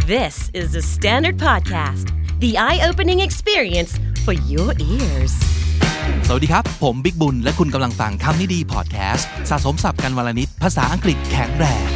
This is the Standard Podcast, the eye-opening experience for your ears. สวัสดีครับผมบิ๊กบุญและคุณกำลังฟังคำนี้ดีพอดแคสต์สะสมศัพท์กันวลนิดภาษาอังกฤษแข็งแรง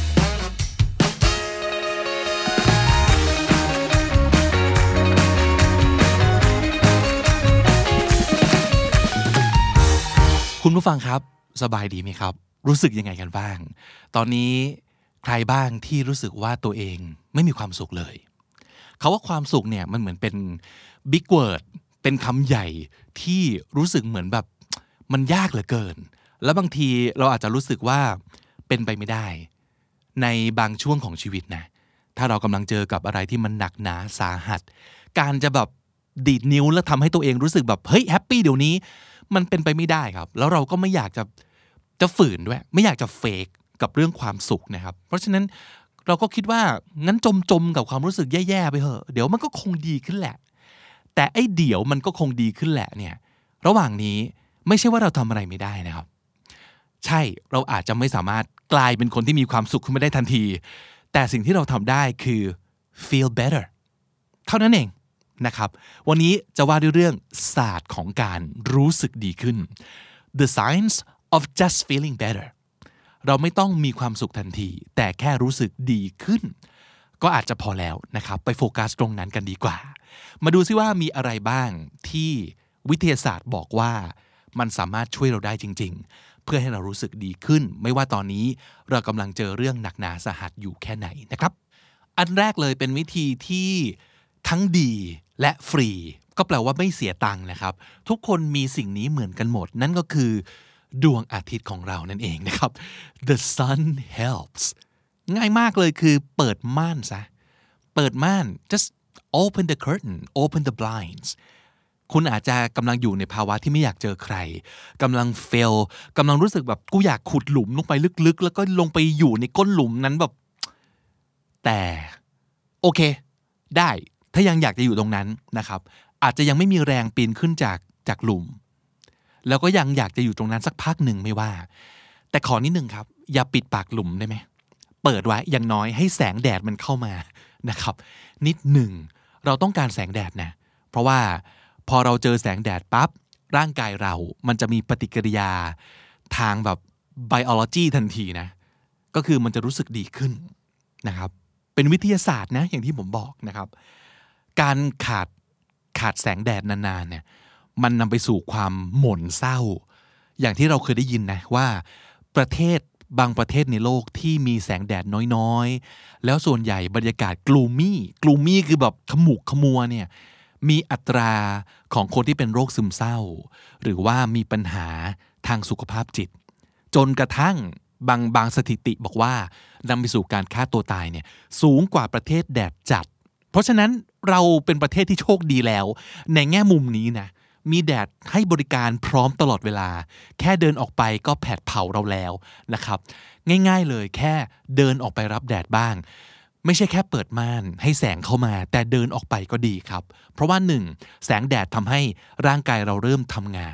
คุณผู้ฟังครับสบายดีไหมครับรู้สึกยังไงกันบ้างตอนนี้ใครบ้างที่รู้สึกว่าตัวเองไม่มีความสุขเลยเขาว่าความสุขเนี่ยมันเหมือนเป็นบิ๊กเวิร์ดเป็นคำใหญ่ที่รู้สึกเหมือนแบบมันยากเหลือเกินแล้วบางทีเราอาจจะรู้สึกว่าเป็นไปไม่ได้ในบางช่วงของชีวิตนะถ้าเรากำลังเจอกับอะไรที่มันหนักหนาสาหัสการจะแบบดีดนิ้วแล้วทำให้ตัวเองรู้สึกแบบเฮ้ยแฮปปี้เดี๋ยวนี้มันเป็นไปไม่ได้ครับแล้วเราก็ไม่อยากจะฝืนด้วยไม่อยากจะเฟกกับเรื่องความสุขนะครับเพราะฉะนั้นเราก็คิดว่างั้นจมกับความรู้สึกแย่ๆไปเถอะเดี๋ยวมันก็คงดีขึ้นแหละแต่ไอ้เดี๋ยวมันก็คงดีขึ้นแหละเนี่ยระหว่างนี้ไม่ใช่ว่าเราทำอะไรไม่ได้นะครับใช่เราอาจจะไม่สามารถกลายเป็นคนที่มีความสุขขึ้นมาได้ทันทีแต่สิ่งที่เราทำได้คือ feel better เท่านั้นเองนะครับวันนี้จะว่าด้วยเรื่องศาสตร์ของการรู้สึกดีขึ้น The science of just feeling better เราไม่ต้องมีความสุขทันทีแต่แค่รู้สึกดีขึ้นก็อาจจะพอแล้วนะครับไปโฟกัสตรงนั้นกันดีกว่ามาดูซิว่ามีอะไรบ้างที่วิทยาศาสตร์บอกว่ามันสามารถช่วยเราได้จริงๆเพื่อให้เรารู้สึกดีขึ้นไม่ว่าตอนนี้เรากำลังเจอเรื่องหนักหนาสาหัสอยู่แค่ไหนนะครับอันแรกเลยเป็นวิธีที่ทั้งดีและฟรีก็แปลว่าไม่เสียตังค์นะครับทุกคนมีสิ่งนี้เหมือนกันหมดนั่นก็คือดวงอาทิตย์ของเรานั่นเองนะครับ The sun helps ง่ายมากเลยคือเปิดม่านซะเปิดม่าน just open the curtain open the blinds คุณอาจจะกำลังอยู่ในภาวะที่ไม่อยากเจอใครกำลัง fail กำลังรู้สึกแบบกูอยากขุดหลุมลงไปลึกๆแล้วก็ลงไปอยู่ในก้นหลุมนั้นแบบแต่โอเคได้ถ้ายังอยากจะอยู่ตรงนั้นนะครับอาจจะยังไม่มีแรงปีนขึ้นจากหลุมแล้วก็ยังอยากจะอยู่ตรงนั้นสักพักหนึ่งไม่ว่าแต่ขอนิดนึงครับอย่าปิดปากหลุมได้ไหมเปิดไว้อย่างน้อยให้แสงแดดมันเข้ามานะครับนิดหนึ่งเราต้องการแสงแดดนะเพราะว่าพอเราเจอแสงแดดปั๊บร่างกายเรามันจะมีปฏิกิริยาทางแบบ biology ทันทีนะก็คือมันจะรู้สึกดีขึ้นนะครับเป็นวิทยาศาสตร์นะอย่างที่ผมบอกนะครับการขาดแสงแดดนานๆเนี่ยมันนำไปสู่ความหม่นเศร้าอย่างที่เราเคยได้ยินนะว่าบางประเทศในโลกที่มีแสงแดดน้อยๆแล้วส่วนใหญ่บรรยากาศกลูมี่คือแบบขมุกขมัวเนี่ยมีอัตราของคนที่เป็นโรคซึมเศร้าหรือว่ามีปัญหาทางสุขภาพจิตจนกระทั่งบางสถิติบอกว่านำไปสู่การฆ่าตัวตายเนี่ยสูงกว่าประเทศแดดจัดเพราะฉะนั้นเราเป็นประเทศที่โชคดีแล้วในแง่มุมนี้นะมีแดดให้บริการพร้อมตลอดเวลาแค่เดินออกไปก็แผดเผาเราแล้วนะครับง่ายๆเลยแค่เดินออกไปรับแดดบ้างไม่ใช่แค่เปิดม่านให้แสงเข้ามาแต่เดินออกไปก็ดีครับเพราะว่า 1. แสงแดดทำให้ร่างกายเราเริ่มทำงาน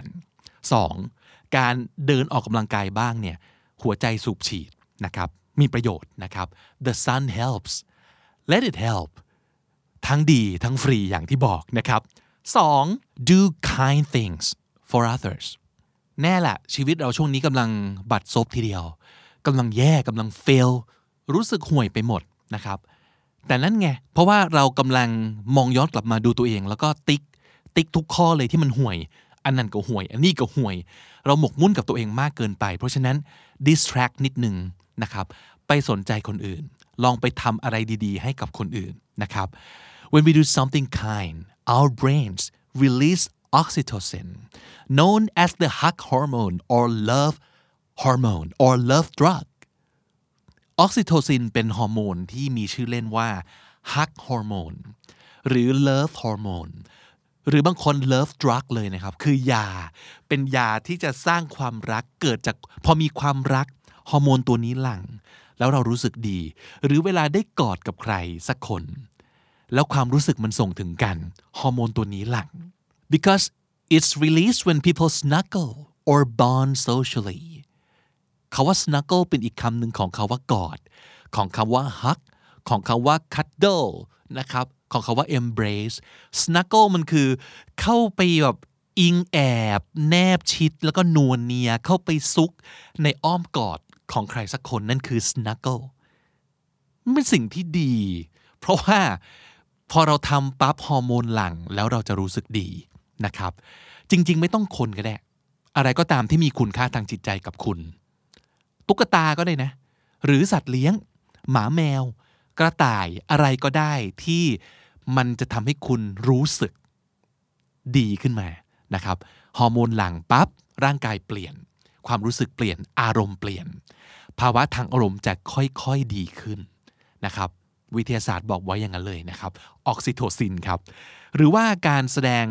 2. การเดินออกกำลังกายบ้างเนี่ยหัวใจสูบฉีดนะครับมีประโยชน์นะครับ The sun helps let it help ทั้งดีทั้งฟรีอย่างที่บอกนะครับ2. do kind things for others แน่แหละชีวิตเราช่วงนี้กำลังบัดซบทีเดียวกำลังแย่กำลัง fail รู้สึกห่วยไปหมดนะครับแต่นั่นไงเพราะว่าเรากำลังมองย้อนกลับมาดูตัวเองแล้วก็ติ๊กทุกข้อเลยที่มันห่วยอันนั้นก็ห่วยอันนี้ก็ห่วยเราหมกมุ่นกับตัวเองมากเกินไปเพราะฉะนั้น distract นิดนึงนะครับไปสนใจคนอื่นลองไปทำอะไรดีๆให้กับคนอื่นนะครับ when we do something kind our brains release oxytocin known as the hug hormone or love hormone or love drug ออกซิโทซินเป็นฮอร์โมนที่มีชื่อเล่นว่า hug hormone หรือ love hormone หรือบางคน love drug เลยนะครับคือยาเป็นยาที่จะสร้างความรักเกิดจากพอมีความรักฮอร์โมนตัวนี้หลั่งแล้วเรารู้สึกดีหรือเวลาได้กอดกับใครสักคนแล้วความรู้สึกมันส่งถึงกันฮอร์โมนตัวนี้หลั่ง because it's released when people snuggle or bond socially คำว่า snuggle เป็นอีกคำหนึ่งของคำว่ากอดของคำว่า hug ของคำว่า cuddle นะครับของคำว่า embrace snuggle มันคือเข้าไปแบบอิงแอบแนบชิดแล้วก็นัวเนียเข้าไปซุกในอ้อมกอดของใครสักคนนั่นคือ snuggle มันเป็นสิ่งที่ดีเพราะว่าพอเราทำปั๊บฮอร์โมนหลั่งแล้วเราจะรู้สึกดีนะครับจริงๆไม่ต้องคนก็ได้อะไรก็ตามที่มีคุณค่าทางจิตใจกับคุณตุ๊กตาก็ได้นะหรือสัตว์เลี้ยงหมาแมวกระต่ายอะไรก็ได้ที่มันจะทำให้คุณรู้สึกดีขึ้นมานะครับฮอร์โมนหลั่งปั๊บร่างกายเปลี่ยนความรู้สึกเปลี่ยนอารมณ์เปลี่ยนภาวะทางอารมณ์จะค่อยๆดีขึ้นนะครับวิทยาศาสตร์บอกไว้อย่างนั้นเลยนะครับออกซิโทซินครับหรือว่าการแสดง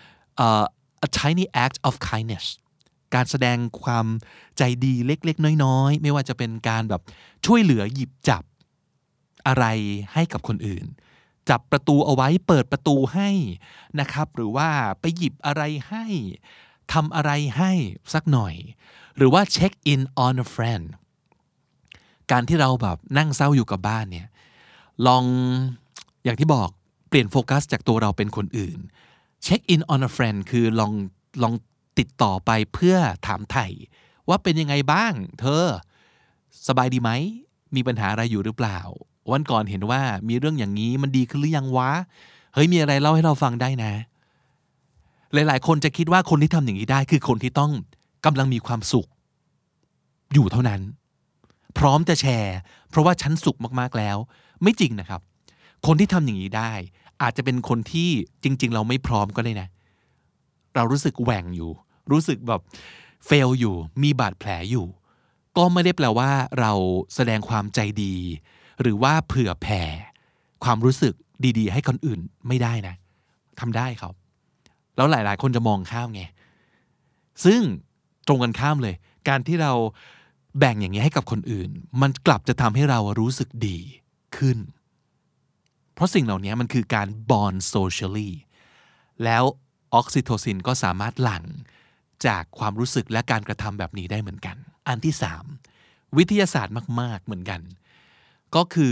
a tiny act of kindness การแสดงความใจดีเล็กๆน้อยๆไม่ว่าจะเป็นการแบบช่วยเหลือหยิบจับอะไรให้กับคนอื่นจับประตูเอาไว้เปิดประตูให้นะครับหรือว่าไปหยิบอะไรให้ทำอะไรให้สักหน่อยหรือว่า check in on a friend การที่เราแบบนั่งเศร้าอยู่กับบ้านเนี่ยลองอย่างที่บอกเปลี่ยนโฟกัสจากตัวเราเป็นคนอื่น check in on a friend คือลองติดต่อไปเพื่อถามไถ่ว่าเป็นยังไงบ้างเธอสบายดีไหมมีปัญหาอะไรอยู่หรือเปล่าวันก่อนเห็นว่ามีเรื่องอย่างนี้มันดีขึ้นหรือยังวะเฮ้ยมีอะไรเล่าให้เราฟังได้นะหลายๆคนจะคิดว่าคนที่ทำอย่างนี้ได้คือคนที่ต้องกำลังมีความสุขอยู่เท่านั้นพร้อมจะแชร์เพราะว่าฉันสุขมากๆแล้วไม่จริงนะครับคนที่ทำอย่างนี้ได้อาจจะเป็นคนที่จริงๆเราไม่พร้อมก็ได้นะเรารู้สึกแหว่งอยู่รู้สึกแบบเฟลอยู่มีบาดแผลอยู่ก็ไม่ได้แปลว่าเราแสดงความใจดีหรือว่าเผื่อแผ่ความรู้สึกดีๆให้คนอื่นไม่ได้นะทำได้ครับแล้วหลายๆคนจะมองข้ามไงซึ่งตรงกันข้ามเลยการที่เราแบ่งอย่างนี้ให้กับคนอื่นมันกลับจะทำให้เรารู้สึกดีขึ้นเพราะสิ่งเหล่านี้มันคือการ bond socially แล้วออกซิโทซินก็สามารถหลั่งจากความรู้สึกและการกระทำแบบนี้ได้เหมือนกันอันที่3วิทยาศาสตร์มากๆเหมือนกันก็คือ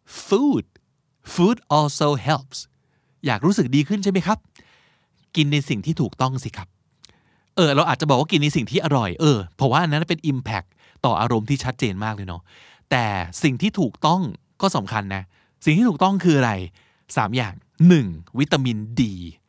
food also helps อยากรู้สึกดีขึ้นใช่ไหมครับกินในสิ่งที่ถูกต้องสิครับเราอาจจะบอกว่ากินในสิ่งที่อร่อยเพราะว่าอันนั้นเป็น impact ต่ออารมณ์ที่ชัดเจนมากเลยเนาะแต่สิ่งที่ถูกต้องก็สำคัญนะสิ่งที่ถูกต้องคืออะไร3อย่าง1วิตามิน D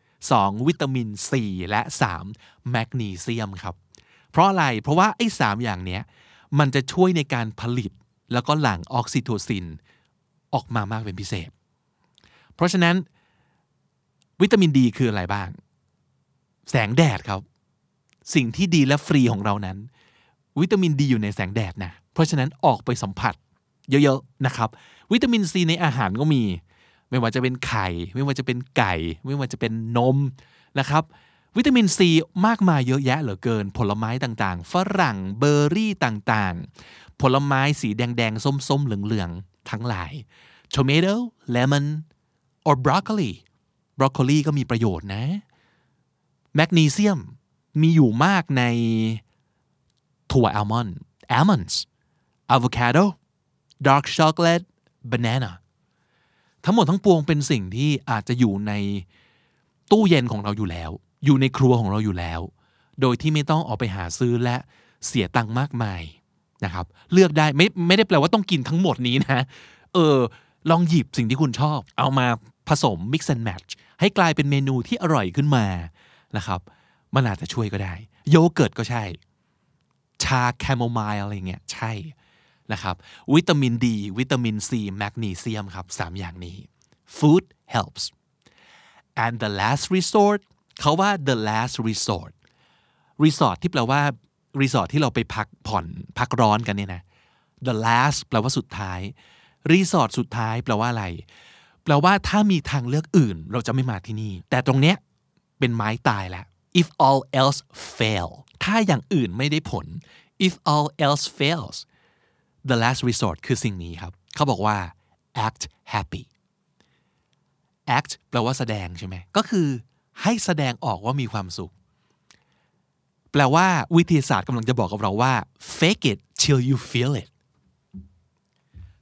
2วิตามิน C และ3แมกนีเซียมครับเพราะอะไรเพราะว่าไอ้3อย่างเนี้ยมันจะช่วยในการผลิตแล้วก็หลั่งออกซิโทซินออกมามากเป็นพิเศษเพราะฉะนั้นวิตามินดีคืออะไรบ้างแสงแดดครับสิ่งที่ดีและฟรีของเรานั้นวิตามินดีอยู่ในแสงแดดนะเพราะฉะนั้นออกไปสัมผัสเยอะๆนะครับวิตามินซีในอาหารก็มีไม่ว่าจะเป็นไข่ไม่ว่าจะเป็นไก่ไม่ว่าจะเป็นนมนะครับวิตามินซีมากมายเยอะแยะเหลือเกินผลไม้ต่างๆฝรั่งเบอร์รี่ต่างๆผลไม้สีแดงๆส้มๆเหลืองๆทั้งหลาย tomato lemon or broccoli ก็มีประโยชน์นะแมกนีเซียมมีอยู่มากในถั่วอัลมอนด์ almonds avocado dark chocolate banana ทั้งหมดทั้งปวงเป็นสิ่งที่อาจจะอยู่ในตู้เย็นของเราอยู่แล้วอยู่ในครัวของเราอยู่แล้วโดยที่ไม่ต้องออกไปหาซื้อและเสียตังค์มากมายนะครับเลือกได้ไม่ได้แปลว่าต้องกินทั้งหมดนี้นะลองหยิบสิ่งที่คุณชอบเอามาผสม mix and match ให้กลายเป็นเมนูที่อร่อยขึ้นมานะครับมันอาจจะช่วยก็ได้โยเกิร์ตก็ใช่ชาแคโมไมล์อะไรเงี้ยใช่นะครับวิตามินดีวิตามินซีแมกนีเซียมครับ3อย่างนี้ food helps and the last resort เขาว่า the last resort ที่แปลว่ารีสอร์ทที่เราไปพักผ่อนพักร้อนกันเนี่ยนะ the last แปลว่าสุดท้ายรีสอร์ทสุดท้ายแปลว่าอะไรแปลว่าถ้ามีทางเลือกอื่นเราจะไม่มาที่นี่แต่ตรงเนี้ยเป็นไม้ตายแล้ว if all else fail ถ้าอย่างอื่นไม่ได้ผล if all else fails the last resort คือสิ่งนี้ครับเขาบอกว่า act happy act แปลว่าแสดงใช่ไหมก็คือให้แสดงออกว่ามีความสุขแปลว่าวิทยาศาสตร์กำลังจะบอกกับเราว่า fake it till you feel it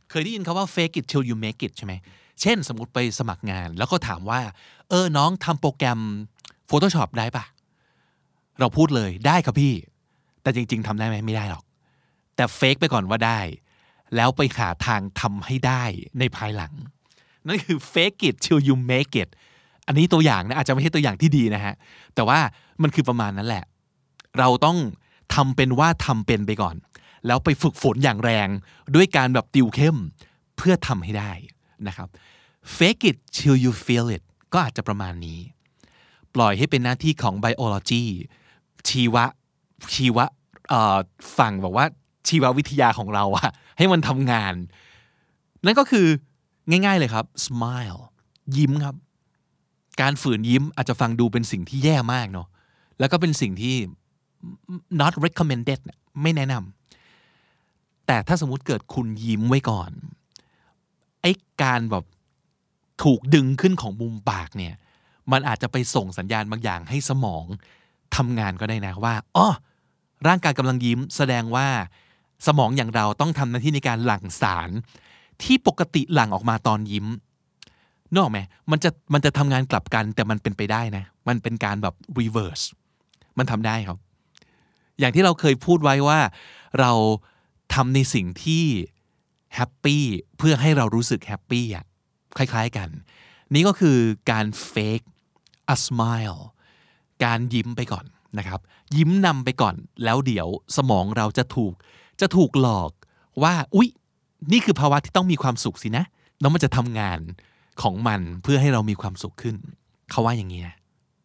เคยได้ยินคำว่า fake it till you make it ใช่ไหมเช่นสมมุติไปสมัครงานแล้วก็ถามว่าน้องทำโปรแกรม Photoshop ได้ปะเราพูดเลยได้ครับพี่แต่จริงๆทำได้ไหมไม่ได้หรอกแต่เฟกไปก่อนว่าได้แล้วไปหาทางทำให้ได้ในภายหลังนั่นคือ fake it till you make it อันนี้ตัวอย่างนะอาจจะไม่ใช่ตัวอย่างที่ดีนะฮะแต่ว่ามันคือประมาณนั้นแหละเราต้องทำเป็นว่าทำเป็นไปก่อนแล้วไปฝึกฝนอย่างแรงด้วยการแบบติวเข้มเพื่อทำให้ได้นะครับ fake it till you feel it ก็อาจจะประมาณนี้ปล่อยให้เป็นหน้าที่ของ biology ชีวะฝั่งบอกว่าชีววิทยาของเราอะให้มันทำงานนั่นก็คือง่ายๆเลยครับ smile ยิ้มครับการฝืนยิ้มอาจจะฟังดูเป็นสิ่งที่แย่มากเนาะแล้วก็เป็นสิ่งที่ not recommended ไม่แนะนำแต่ถ้าสมมุติเกิดคุณยิ้มไว้ก่อนไอ้การแบบถูกดึงขึ้นของมุมปากเนี่ยมันอาจจะไปส่งสัญญาณบางอย่างให้สมองทำงานก็ได้นะว่าร่างกายกำลังยิ้มแสดงว่าสมองอย่างเราต้องทำหน้าที่ในการหลั่งสารที่ปกติหลั่งออกมาตอนยิ้มนึกออกไหมมันจะทำงานกลับกันแต่มันเป็นไปได้นะมันเป็นการแบบ reverse มันทำได้ครับอย่างที่เราเคยพูดไว้ว่าเราทำในสิ่งที่แฮปปี้เพื่อให้เรารู้สึกแฮปปี้อ่ะคล้ายๆกันนี่ก็คือการ fake a smile การยิ้มไปก่อนนะครับยิ้มนำไปก่อนแล้วเดี๋ยวสมองเราจะถูกหลอกว่าอุ๊ยนี่คือภาวะที่ต้องมีความสุขสินะแล้วมันจะทำงานของมันเพื่อให้เรามีความสุขขึ้นเขาว่าอย่างนี้นะ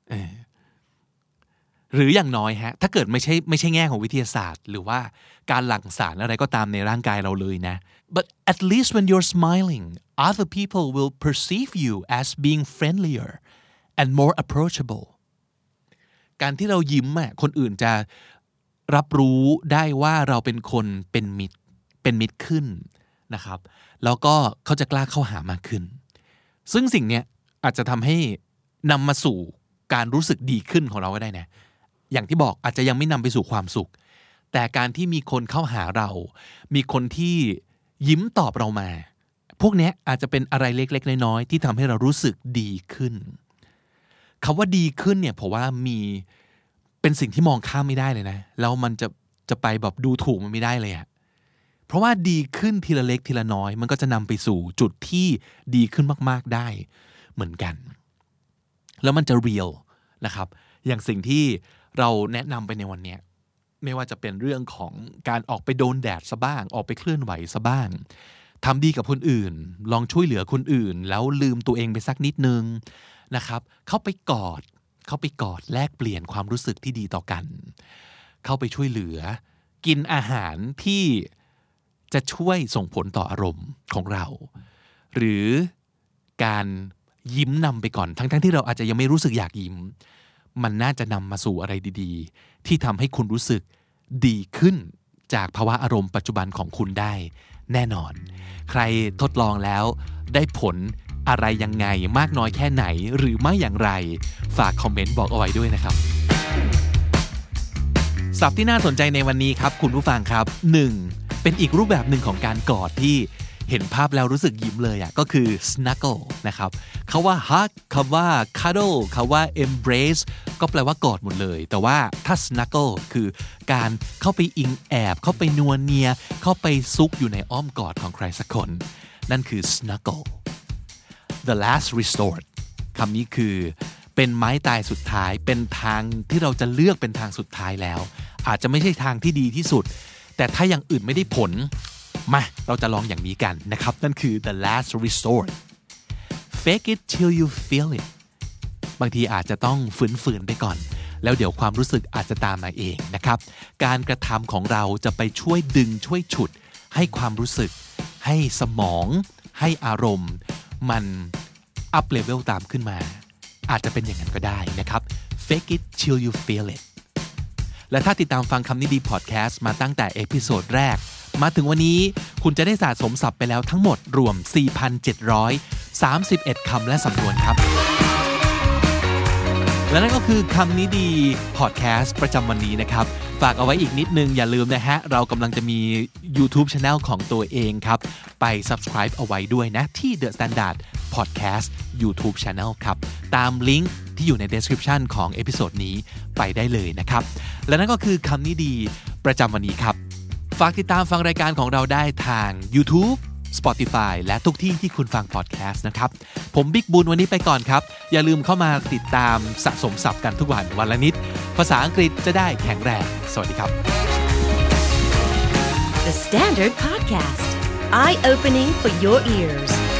หรืออย่างน้อยฮะถ้าเกิดไม่ใช่แง่ของวิทยาศาสตร์หรือว่าการหลั่งสารอะไรก็ตามในร่างกายเราเลยนะ but at least when you're smiling other people will perceive you as being friendlier and more approachable การที่เรายิ้มคนอื่นจะรับรู้ได้ว่าเราเป็นคนเป็นมิตรขึ้นนะครับแล้วก็เขาจะกล้าเข้าหามากขึ้นซึ่งสิ่งเนี้ยอาจจะทำให้นำมาสู่การรู้สึกดีขึ้นของเราก็ได้นะอย่างที่บอกอาจจะยังไม่นำไปสู่ความสุขแต่การที่มีคนเข้าหาเรามีคนที่ยิ้มตอบเรามาพวกนี้อาจจะเป็นอะไรเล็กๆน้อยๆที่ทำให้เรารู้สึกดีขึ้นคำว่าดีขึ้นเนี่ยเพราะว่าเป็นสิ่งที่มองข้ามไม่ได้เลยนะแล้วมันจะไปแบบดูถูกมันไม่ได้เลยอะเพราะว่าดีขึ้นทีละเล็กทีละน้อยมันก็จะนำไปสู่จุดที่ดีขึ้นมากๆได้เหมือนกันแล้วมันจะ real นะครับอย่างสิ่งที่เราแนะนำไปในวันนี้ไม่ว่าจะเป็นเรื่องของการออกไปโดนแดดซะบ้างออกไปเคลื่อนไหวซะบ้างทำดีกับคนอื่นลองช่วยเหลือคนอื่นแล้วลืมตัวเองไปสักนิดนึงนะครับเข้าไปกอดแลกเปลี่ยนความรู้สึกที่ดีต่อกันเข้าไปช่วยเหลือกินอาหารที่จะช่วยส่งผลต่ออารมณ์ของเราหรือการยิ้มนำไปก่อนทั้งที่เราอาจจะยังไม่รู้สึกอยากยิ้มมันน่าจะนำมาสู่อะไรดีๆที่ทำให้คุณรู้สึกดีขึ้นจากภาวะอารมณ์ปัจจุบันของคุณได้แน่นอนใครทดลองแล้วได้ผลอะไรยังไงมากน้อยแค่ไหนหรือไม่อย่างไรฝากคอมเมนต์บอกเอาไว้ด้วยนะครับศัพท์ที่น่าสนใจในวันนี้ครับคุณผู้ฟังครับ 1. เป็นอีกรูปแบบหนึ่งของการกอดที่เห็นภาพแล้วรู้สึกยิ้มเลยก็คือ snuggle นะครับคำว่า hug คำว่า cuddle คำว่า embrace ก็แปลว่ากอดหมดเลยแต่ว่าถ้า snuggle คือการเข้าไปอิงแอบเข้าไปนัวเนียเข้าไปซุกอยู่ในอ้อมกอดของใครสักคนนั่นคือ snuggle the last resort คำนี้คือเป็นไม้ตายสุดท้ายเป็นทางที่เราจะเลือกเป็นทางสุดท้ายแล้วอาจจะไม่ใช่ทางที่ดีที่สุดแต่ถ้าอย่างอื่นไม่ได้ผลมาเราจะลองอย่างนี้กันนะครับนั่นคือ the last resort fake it till you feel it บางทีอาจจะต้องฝืนๆไปก่อนแล้วเดี๋ยวความรู้สึกอาจจะตามมาเองนะครับการกระทำของเราจะไปช่วยดึงช่วยฉุดให้ความรู้สึกให้สมองให้อารมณ์มันอัพเลเวลตามขึ้นมาอาจจะเป็นอย่างนั้นก็ได้นะครับ fake it till you feel it และถ้าติดตามฟังคำนี้ดีพอดแคสต์มาตั้งแต่เอพิโซดแรกมาถึงวันนี้คุณจะได้สะสมศัพท์ไปแล้วทั้งหมดรวม 4,731 คำและสำนวนครับและนั่นก็คือคำนี้ดีพอดแคสต์ประจำวันนี้นะครับฝากเอาไว้อีกนิดนึงอย่าลืมนะฮะเรากำลังจะมี YouTube Channel ของตัวเองครับไป Subscribe เอาไว้ด้วยนะที่ The Standard Podcast YouTube Channel ครับตามลิงก์ที่อยู่ใน Description ของเอพิโซดนี้ไปได้เลยนะครับและนั่นก็คือคำนี้ดีประจำวันนี้ครับฝากติดตามฟังรายการของเราได้ทาง YouTube Spotify และทุกที่ที่คุณฟัง podcast นะครับผมบิ๊กบุญวันนี้ไปก่อนครับอย่าลืมเข้ามาติดตามสะสมศัพท์กันทุกวันวันละนิดภาษาอังกฤษจะได้แข็งแรงสวัสดีครับ The Standard Podcast Eye Opening for Your Ears